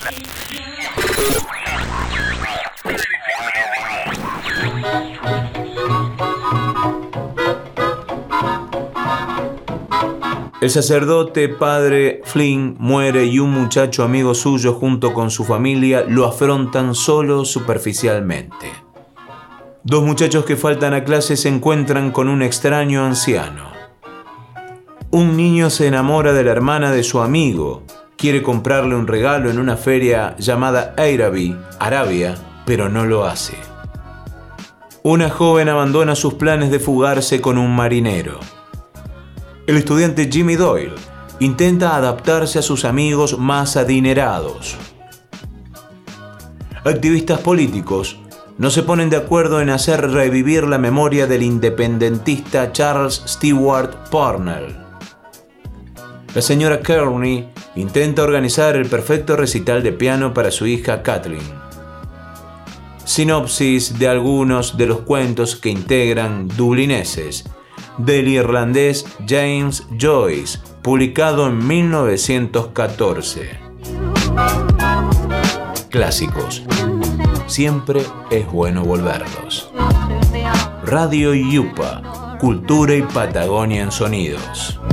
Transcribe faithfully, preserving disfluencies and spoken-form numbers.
El sacerdote padre Flynn muere y un muchacho amigo suyo junto con su familia lo afrontan solo superficialmente. Dos muchachos que faltan a clase se encuentran con un extraño anciano. Un niño se enamora de la hermana de su amigo, quiere comprarle un regalo en una feria llamada Araby, Arabia, pero no lo hace. Una joven abandona sus planes de fugarse con un marinero. El estudiante Jimmy Doyle intenta adaptarse a sus amigos más adinerados. Activistas políticos no se ponen de acuerdo en hacer revivir la memoria del independentista Charles Stewart Parnell. La señora Kearney intenta organizar el perfecto recital de piano para su hija Kathleen. Sinopsis de algunos de los cuentos que integran Dublineses, del irlandés James Joyce, publicado en mil novecientos catorce. Clásicos. Siempre es bueno volverlos. Radio Yupa, Cultura y Patagonia en sonidos.